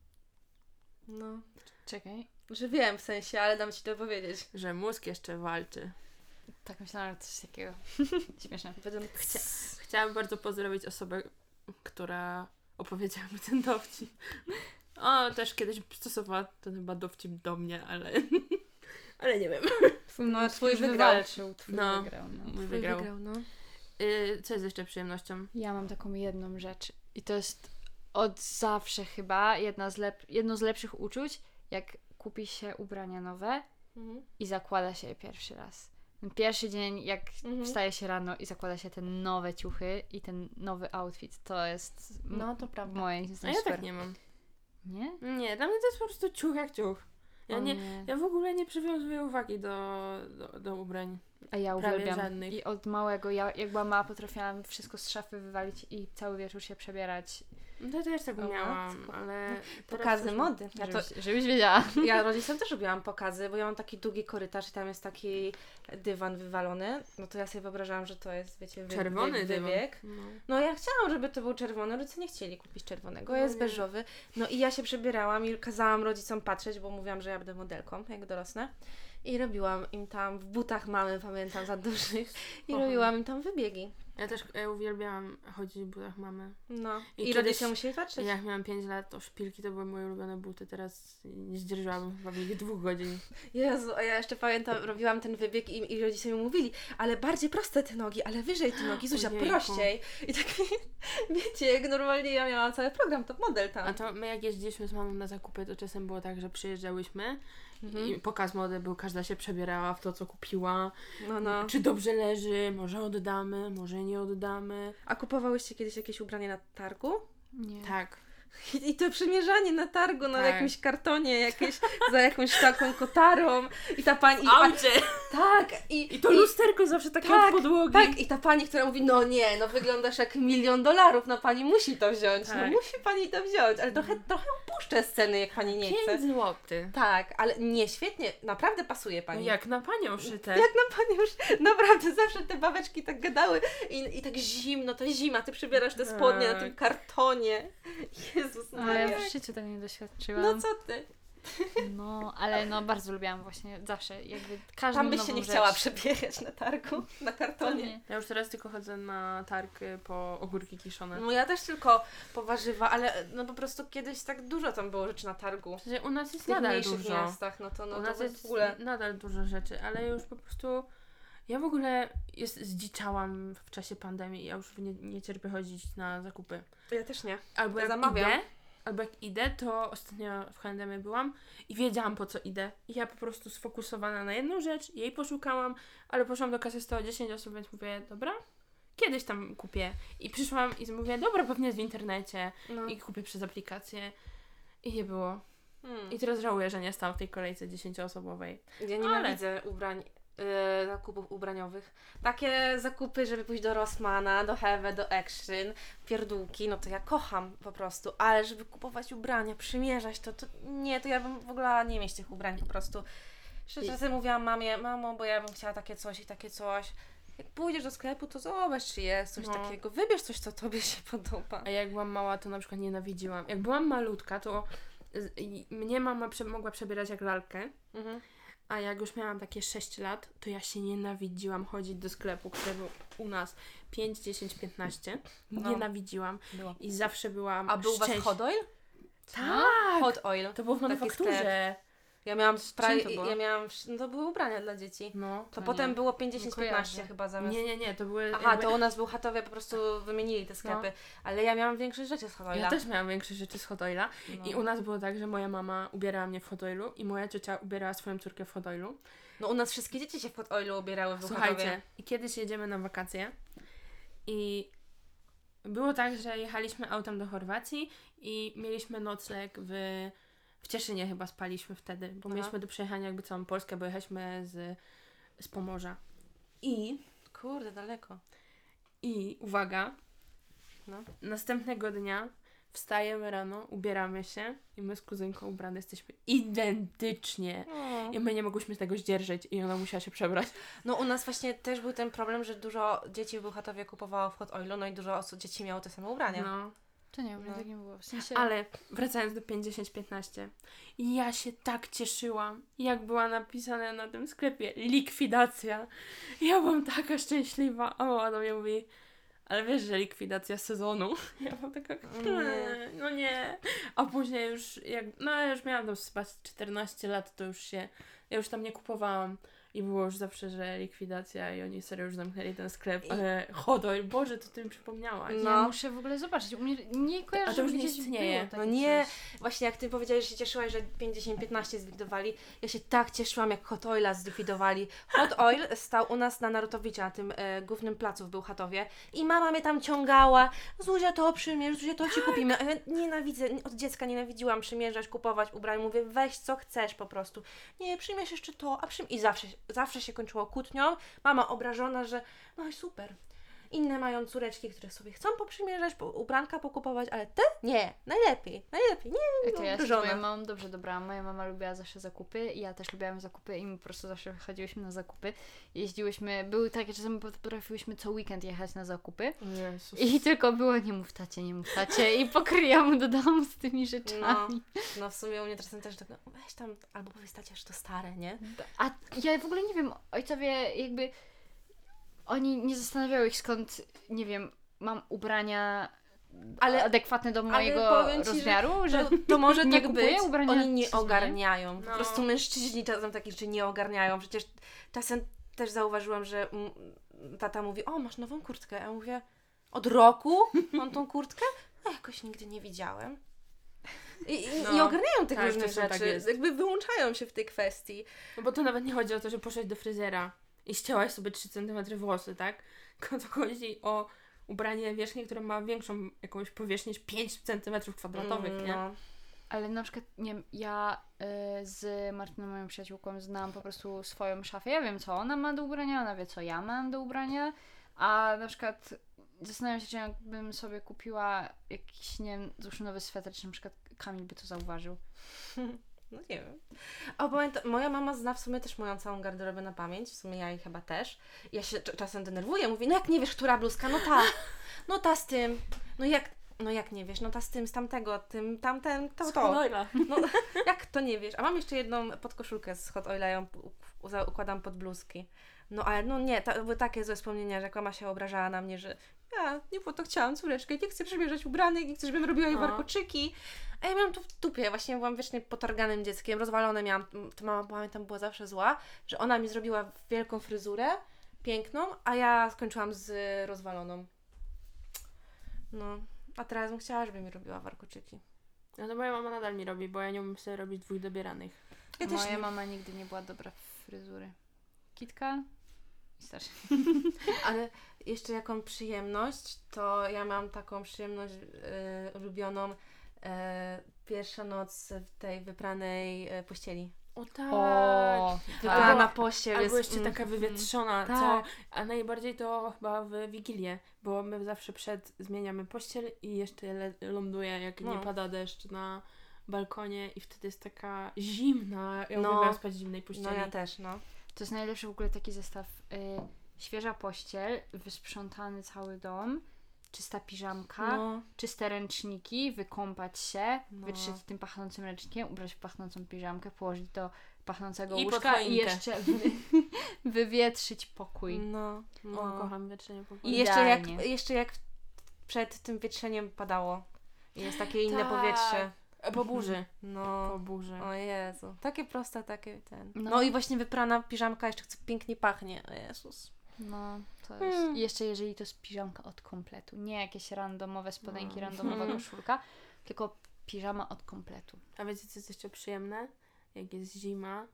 No. Czekaj. Że wiem w sensie, ale dam ci to powiedzieć. Że mózg jeszcze walczy. Tak myślałam, że coś takiego. Śmieszne. Chciałam bardzo pozdrowić osobę, która opowiedziała mi ten dowcip. O, też kiedyś stosowała ten chyba dowcip do mnie, ale... ale nie wiem. No, twój wygrał. Wywalczył, twój No. wygrał. No. Mój wygrał. no. Co jest jeszcze przyjemnością? Ja mam taką jedną rzecz i to jest od zawsze chyba jedno z lepszych uczuć, jak kupi się ubrania nowe i zakłada się je pierwszy raz. Ten pierwszy dzień, jak wstaje się rano i zakłada się te nowe ciuchy i ten nowy outfit, to jest No, to prawda. moje A ja tak nie mam. Nie? Nie, dla mnie to jest po prostu ciuch jak ciuch. Ja w ogóle nie przywiązuję uwagi do ubrań. A ja Prawie uwielbiam. żadnych. I od małego, jak była mała, potrafiłam wszystko z szafy wywalić i cały wieczór się przebierać. No to też tak umiałam, ale... Pokazy teraz mody. Żebyś wiedziała. Ja rodzicom też robiłam pokazy, bo ja mam taki długi korytarz i tam jest taki dywan wywalony. No to ja sobie wyobrażałam, że to jest, wiecie, czerwony wybieg. No ja chciałam, żeby to był czerwony, rodzice nie chcieli kupić czerwonego, jest beżowy. No i ja się przebierałam i kazałam rodzicom patrzeć, bo mówiłam, że ja będę modelką, jak dorosnę. I robiłam im tam w butach mamy, pamiętam, za dużych. I robiłam im tam wybiegi. Ja też uwielbiałam chodzić w butach mamy. No. I I kiedyś- rodzice musieli patrzeć. Jak miałam 5 lat, to szpilki to były moje ulubione buty. Teraz nie zdzierżyłabym chyba w nich 2 godzin. Jezu, a ja jeszcze pamiętam, robiłam ten wybieg i rodzice mi mówili, ale bardziej proste te nogi, ale wyżej te nogi, Zuzia, Ojejku. prościej. I tak, wiecie, jak normalnie ja miałam cały program, top model tam. A to my jak jeździliśmy z mamą na zakupy, to czasem było tak, że przyjeżdżałyśmy i pokaz mody był, każda się przebierała w to, co kupiła. No. Czy dobrze leży, może oddamy, może nie oddamy. A kupowałyście kiedyś jakieś ubranie na targu? Nie. Tak. I to przymierzanie na targu, na Tak. jakimś kartonie, jakieś, za jakąś taką kotarą i ta pani... Aucie! Tak! I to lusterko zawsze takie tak, od podłogi. Tak, i ta pani, która mówi, no nie, no wyglądasz jak $1,000,000, no pani musi to wziąć, no Tak. musi pani to wziąć, ale trochę upuszczę sceny, jak pani nie chce. 5 złotych. Tak, ale nie, świetnie, naprawdę pasuje No pani. jak na panią szyte. Jak na pani już, naprawdę zawsze te babeczki tak gadały i tak zimno, to zima, ty przybierasz te spodnie na Tak. tym kartonie. Jezus Ale Maria. ja w życiu tego nie doświadczyłam. No co ty? No, ale no bardzo lubiłam właśnie zawsze, jakby każdą Tam byś nową się nie rzecz. chciała przebierać na targu, na kartonie. Nie. Ja już teraz tylko chodzę na targ po ogórki kiszone. No ja też tylko po warzywa, ale no po prostu kiedyś tak dużo tam było rzeczy na targu. W sensie u nas jest W tych nadal mniejszych dużo. miastach, no to U nas w jest ogóle... nadal dużo rzeczy, ale już po prostu ja w ogóle zdziczałam w czasie pandemii. Ja już nie cierpię chodzić na zakupy. Ja też nie. Albo Ja jak zamawiam. idę, albo jak idę, to ostatnio w H&M byłam i wiedziałam, po co idę. I ja po prostu sfokusowana na jedną rzecz, jej poszukałam, ale poszłam do kasy 110 osób, więc mówię, dobra, kiedyś tam kupię. I przyszłam i mówię, dobra, pewnie jest w internecie No. i kupię przez aplikację. I nie było. Hmm. I teraz żałuję, że nie stałam w tej kolejce 10-osobowej. Ja nienawidzę ubrań, zakupów ubraniowych. Takie zakupy, żeby pójść do Rossmana, do Heve, do Action, pierdółki, no to ja kocham po prostu, ale żeby kupować ubrania, przymierzać to nie, to ja bym w ogóle nie mieć tych ubrań po prostu. Czasem mówiłam mamie, mamo, bo ja bym chciała takie coś i takie coś. Jak pójdziesz do sklepu, to zobacz, czy jest coś No. takiego. Wybierz coś, co tobie się podoba. A jak byłam mała, to na przykład nienawidziłam. Jak byłam malutka, to mnie mama mogła przebierać jak lalkę. Mhm. A jak już miałam takie 6 lat, to ja się nienawidziłam chodzić do sklepu, który był u nas 5, 10, 15. No. Nienawidziłam. Było. I zawsze byłam A był u was szczęśliwa. Hot Oil? Tak! Hot Oil. To było w Taki manufakturze. Ja miałam spray, to było? ja miałam, no to były ubrania dla dzieci. No. To No potem nie. było Nie 50-15 kojarzę. chyba zamiast. Nie, to były Aha, jakby... to u nas był Hatowie, po prostu wymienili te sklepy. Ale ja miałam większość rzeczy z Hot Oila. Ja też miałam większość rzeczy z Hot Oila. No. I u nas było tak, że moja mama ubierała mnie w Hot Oilu i moja ciocia ubierała swoją córkę w Hot Oilu. No u nas wszystkie dzieci się w Hot Oilu ubierały w Słuchajcie, Hatowie. i kiedyś jedziemy na wakacje i było tak, że jechaliśmy autem do Chorwacji i mieliśmy nocleg w Cieszynie chyba spaliśmy wtedy, bo Aha. mieliśmy do przejechania jakby całą Polskę, bo jechaliśmy z Pomorza. Kurde, daleko. I uwaga, No. następnego dnia wstajemy rano, ubieramy się i my z kuzynką ubrane jesteśmy identycznie. I my nie mogłyśmy tego zdzierżyć i ona musiała się przebrać. No u nas właśnie też był ten problem, że dużo dzieci w Bełchatowie kupowało w Hot Oilu, no i dużo osób, dzieci miało te same ubrania. No. To nie, u mnie No. tak nie było. W sensie... Ale wracając do 50-15, ja się tak cieszyłam, jak była napisane na tym sklepie likwidacja. Ja byłam taka szczęśliwa, a mama do mnie mówi, ale wiesz, że likwidacja sezonu. Ja byłam taka, no nie. A później już, ja już miałam tam chyba 14 lat, to ja już tam nie kupowałam. I było już zawsze, że likwidacja i oni serio już zamknęli ten sklep, ale Hot Oil, Boże, to ty mi przypomniałaś. No. Ja muszę w ogóle zobaczyć. U mnie nie kojarzę, A to już żeby nie gdzieś istnieje. było takie No nie, coś. właśnie jak ty powiedziałeś, że się cieszyłaś, że 50-15 zlikwidowali, ja się tak cieszyłam, jak Hot Oila zlikwidowali. Hot Oil stał u nas na Narutowicza, na tym głównym placu w Bełchatowie i mama mnie tam ciągała, Zuzia to przymierz, Zuzia to ci kupimy, a ja nienawidzę, od dziecka nienawidziłam przymierzać, kupować ubrań, mówię weź co chcesz po prostu, nie, przymierz jeszcze to, i zawsze się kończyło kłótnią, mama obrażona, że no i super. Inne mają córeczki, które sobie chcą poprzymierzać, ubranka pokupować, ale ty? Nie, najlepiej, nie, To ja się z obrażona. moją mamą dobrze dobrałam. Moja mama lubiła zawsze zakupy i ja też lubiłam zakupy i my po prostu zawsze chodziłyśmy na zakupy. Jeździłyśmy, były takie, czasami potrafiłyśmy co weekend jechać na zakupy Jezus. i tylko było nie mów tacie i pokryjam do domu z tymi rzeczami. No w sumie u mnie czasem też tak, no, weź tam, albo powiedz tacie, że to stare, nie? A ja w ogóle nie wiem, ojcowie jakby oni nie zastanawiały się skąd, nie wiem, mam ubrania Ale- adekwatne do ale mojego powiem ci, że rozmiaru, że To może nie tak kupuję być, ubrania oni nie sezonowe? ogarniają. Po No. prostu mężczyźni czasem takich rzeczy nie ogarniają. Przecież czasem też zauważyłam, że tata mówi, o masz nową kurtkę. A ja mówię, od roku mam tą kurtkę? A jakoś nigdy nie widziałem. I No, ogarniają tych tak, różnych czasem tak rzeczy. jest. Jakby wyłączają się w tej kwestii. No bo to nawet nie chodzi o to, że poszłaś do fryzjera i ścięłaś sobie 3 cm włosy, tak? Tylko to chodzi o ubranie wierzchnie, które ma większą jakąś powierzchnię niż 5 cm², nie? No. Ale na przykład, nie wiem, ja z Martyną, moją przyjaciółką, znam po prostu swoją szafę. Ja wiem, co ona ma do ubrania, ona wie, co ja mam do ubrania, a na przykład zastanawiam się, czy jakbym sobie kupiła jakiś, nie wiem, złóżmy nowy sweter, czy na przykład Kamil by to zauważył. No nie wiem. O, moja mama zna w sumie też moją całą garderobę na pamięć, w sumie ja jej chyba też. Ja się czasem denerwuję, mówię, no jak nie wiesz, która bluzka, no ta z tym, no jak nie wiesz, no ta z tym, z tamtego, tym, tamten, to. No jak to nie wiesz? A mam jeszcze jedną podkoszulkę z Hot Oila, ją układam pod bluzki. No ale no nie, były takie złe wspomnienia, że jak mama się obrażała na mnie, że ja nie po to chciałam córeczkę, nie chcę przymierzać ubranek, nie chcę, żebym robiła jej warkoczyki. A ja miałam to w dupie, właśnie byłam wiecznie potarganym dzieckiem, rozwalone miałam, to mama, pamiętam, była zawsze zła, że ona mi zrobiła wielką fryzurę, piękną, a ja skończyłam z rozwaloną. No, a teraz bym chciała, żeby mi robiła warkoczyki. No to moja mama nadal mi robi, bo ja nie umiem sobie robić dwójdobieranych. Ja też Moja nie. mama nigdy nie była dobra w fryzury. Kitka i starszy. Ale jeszcze jaką przyjemność, to ja mam taką przyjemność ulubioną, pierwsza noc w tej wypranej pościeli. O tak! O, Wyprana pościel Albo jest... jeszcze taka wywietrzona, tak. a najbardziej to chyba w Wigilię, bo my zawsze zmieniamy pościel i jeszcze ląduje, jak nie pada deszcz na balkonie i wtedy jest taka zimna. Ja uwielbiam spać w zimnej pościeli. No ja też, no. To jest najlepszy w ogóle taki zestaw. Świeża pościel, wysprzątany cały dom, czysta piżamka, czyste ręczniki, wykąpać się, wytrzeć tym pachnącym ręcznikiem, ubrać w pachnącą piżamkę, położyć do pachnącego I łóżka i jeszcze wywietrzyć pokój. No. O, kocham wietrzenie pokoju. I jeszcze jak przed tym wietrzeniem padało. I jest takie inne powietrze. Po burzy. No. Po burzy. O Jezu. Takie proste, takie ten. No. No i właśnie wyprana piżamka jeszcze pięknie pachnie. O Jezus. No, to jest. I jeszcze jeżeli to jest piżamka od kompletu. Nie jakieś randomowe spodenki, randomowa koszulka, tylko piżama od kompletu. A wiecie, co jest jeszcze przyjemne? Jak jest zima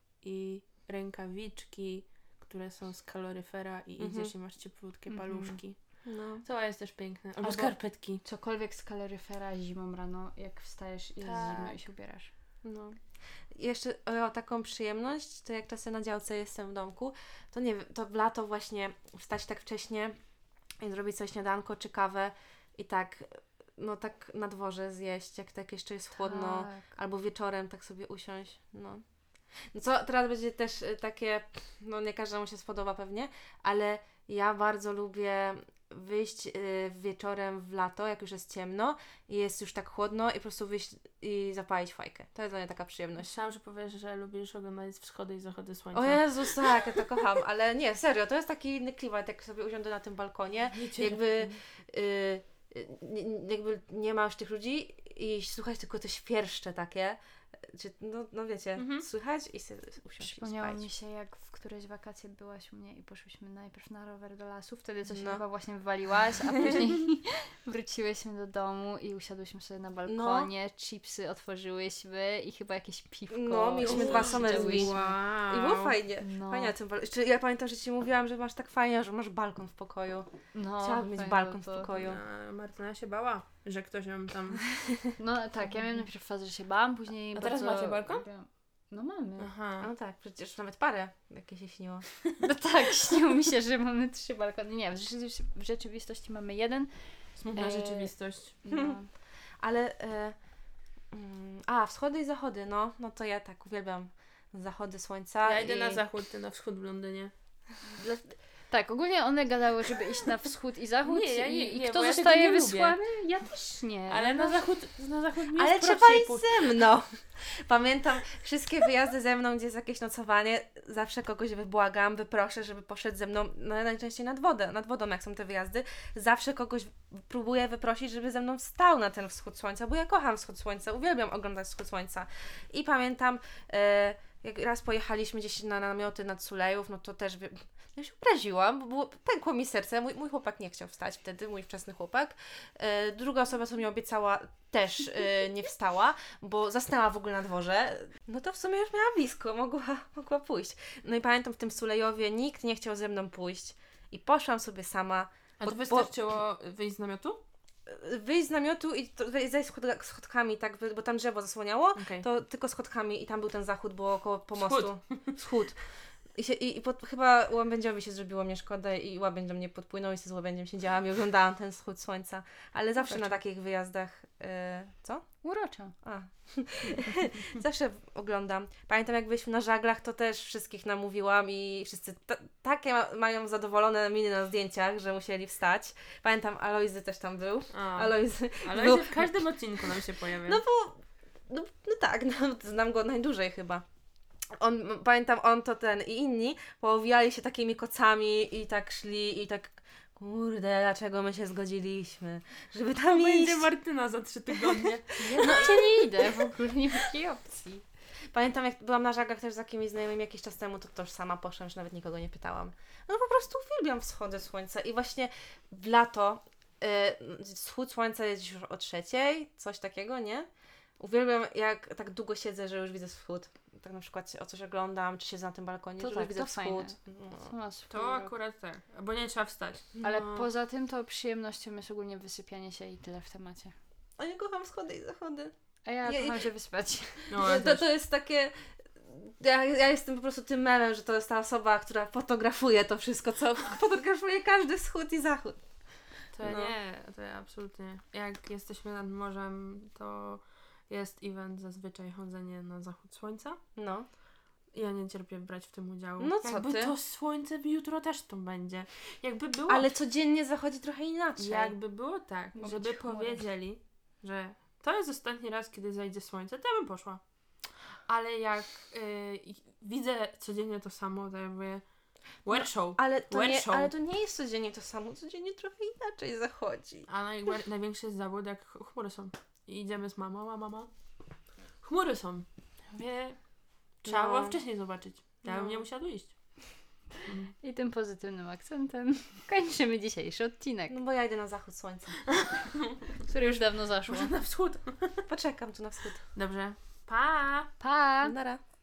i rękawiczki, które są z kaloryfera i idziesz i masz cieplutkie paluszki. No. To jest też piękne. Albo skarpetki. Cokolwiek z kaloryfera zimą rano, jak wstajesz i jest zimno i się ubierasz. No. Jeszcze o taką przyjemność, to jak czasem na działce jestem w domku, to nie wiem, to w lato właśnie wstać tak wcześnie i zrobić sobie śniadanko czy kawę i tak, no tak na dworze zjeść, jak tak jeszcze jest chłodno, albo wieczorem tak sobie usiąść, no. No co, teraz będzie też takie, no nie każdemu się spodoba pewnie, ale ja bardzo lubię wyjść wieczorem w lato, jak już jest ciemno i jest już tak chłodno i po prostu wyjść i zapalić fajkę. To jest dla mnie taka przyjemność. Myślałam, że powiesz, że lubisz oglądać wschody i zachody słońca. O Jezus, tak, ja to kocham, ale nie, serio, to jest taki inny klimat, jak sobie usiądę na tym balkonie, jakby nie ma już tych ludzi i słuchać tylko te świerszcze takie, czy, no wiecie, słychać i sobie usiąść. Przypomniało mi się, jak w któreś wakacje byłaś u mnie i poszłyśmy najpierw na rower do lasu, wtedy coś chyba właśnie wywaliłaś, a później wróciłyśmy do domu i usiadłyśmy sobie na balkonie, chipsy otworzyłyśmy i chyba jakieś piwko. No, mieliśmy 2 Somersby. Wow. I było fajnie. No. Fajnie na tym balkonie. Ja pamiętam, że Ci mówiłam, że masz tak fajnie, że masz balkon w pokoju. No, chciałabym mieć balkon w pokoju. Martyna się bała, że ktoś ją tam... No tak, ja miałam najpierw fazę, że się bałam, później A teraz macie balkon? No mamy. Aha. No tak, przecież nawet parę, jakie się śniło. No tak, śniło mi się, że mamy 3 balkony. Nie, w rzeczywistości mamy 1. Smutna rzeczywistość. No. Ale wschody i zachody, no to ja tak uwielbiam zachody słońca. Ja idę na zachód, ty na wschód w Londynie. Tak, ogólnie one gadały, żeby iść na wschód i zachód. Nie, i kto bo ja zostaje tego nie wysłany? Ja też nie. Ale na zachód mi Ale jest trzeba prościej iść ze mną. Pamiętam wszystkie wyjazdy ze mną, gdzie jest jakieś nocowanie, zawsze kogoś wybłagam, wyproszę, żeby poszedł ze mną, no najczęściej nad wodą, jak są te wyjazdy. Zawsze kogoś próbuję wyprosić, żeby ze mną wstał na ten wschód słońca, bo ja kocham wschód słońca, uwielbiam oglądać wschód słońca. I pamiętam, jak raz pojechaliśmy gdzieś na namioty nad Sulejów, no to też ja się obraziłam, bo pękło mi serce. Mój chłopak nie chciał wstać wtedy, mój wczesny chłopak. Druga osoba, co mi obiecała, też nie wstała, bo zasnęła w ogóle na dworze. No to w sumie już miała blisko, mogła pójść. No i pamiętam, w tym Sulejowie nikt nie chciał ze mną pójść i poszłam sobie sama A to wystarczyło wyjść z namiotu? Wyjść z namiotu i zejść schodkami, tak, bo tam drzewo zasłaniało, Okej. to tylko schodkami i tam był ten zachód, było około pomostu. Wschód. Chyba łabędziowi się zrobiło mnie szkoda i łabędź do mnie podpłynął i z łabędziem siedziałam i oglądałam ten wschód słońca. Ale zawsze na takich wyjazdach... co? Uroczo. A. Zawsze oglądam. Pamiętam, jak byliśmy na żaglach, to też wszystkich namówiłam i wszyscy takie mają zadowolone miny na zdjęciach, że musieli wstać. Pamiętam, Alojzy też tam był. Alojzy Ale w każdym odcinku nam się pojawia. No tak, znam go najdłużej chyba. Pamiętam, on to ten i inni poowijali się takimi kocami i tak szli i tak kurde, dlaczego my się zgodziliśmy, żeby tam iść. Będzie Martyna za 3 tygodnie. Ja nie idę, w ogóle nie ma takiej opcji. Pamiętam, jak byłam na żaglach też z jakimiś znajomymi jakiś czas temu, to też sama poszłam, że nawet nikogo nie pytałam. No po prostu uwielbiam wschody słońca i właśnie w lato wschód słońca jest już o 3:00, coś takiego, nie? Uwielbiam, jak tak długo siedzę, że już widzę wschód. Tak na przykład o coś oglądam, czy siedzę na tym balkonie, To że tak, już widzę to wschód. fajne. To akurat tak. Bo nie trzeba wstać. Ale poza tym to przyjemnością jest ogólnie wysypianie się i tyle w temacie. A ja kocham wschody i zachody. A ja kocham się wyspać. No, ja To jest takie... Ja jestem po prostu tym memem, że to jest ta osoba, która fotografuje to wszystko, co fotografuje każdy wschód i zachód. To ja absolutnie. Jak jesteśmy nad morzem, to jest event zazwyczaj chodzenie na zachód słońca. No. Ja nie cierpię brać w tym udziału. No co jakby ty? to słońce jutro też tu będzie. Jakby było... Ale codziennie zachodzi trochę inaczej. Jakby było tak, Bo żeby być chmurą. powiedzieli, że to jest ostatni raz, kiedy zajdzie słońce, to ja bym poszła. Ale jak widzę codziennie to samo, to ja mówię wear show. Ale show. ale to nie jest codziennie to samo, codziennie trochę inaczej zachodzi. A największy jest zawód, jak chmury są. I idziemy z mamą, a mama chmury są. Wie, trzeba było wcześniej zobaczyć. Ja bym nie musiała tu iść. I tym pozytywnym akcentem kończymy dzisiejszy odcinek, No bo ja idę na zachód słońca. który już dawno zaszło. Może na wschód. Poczekam tu na wschód. Dobrze. Pa! Pa! Nara.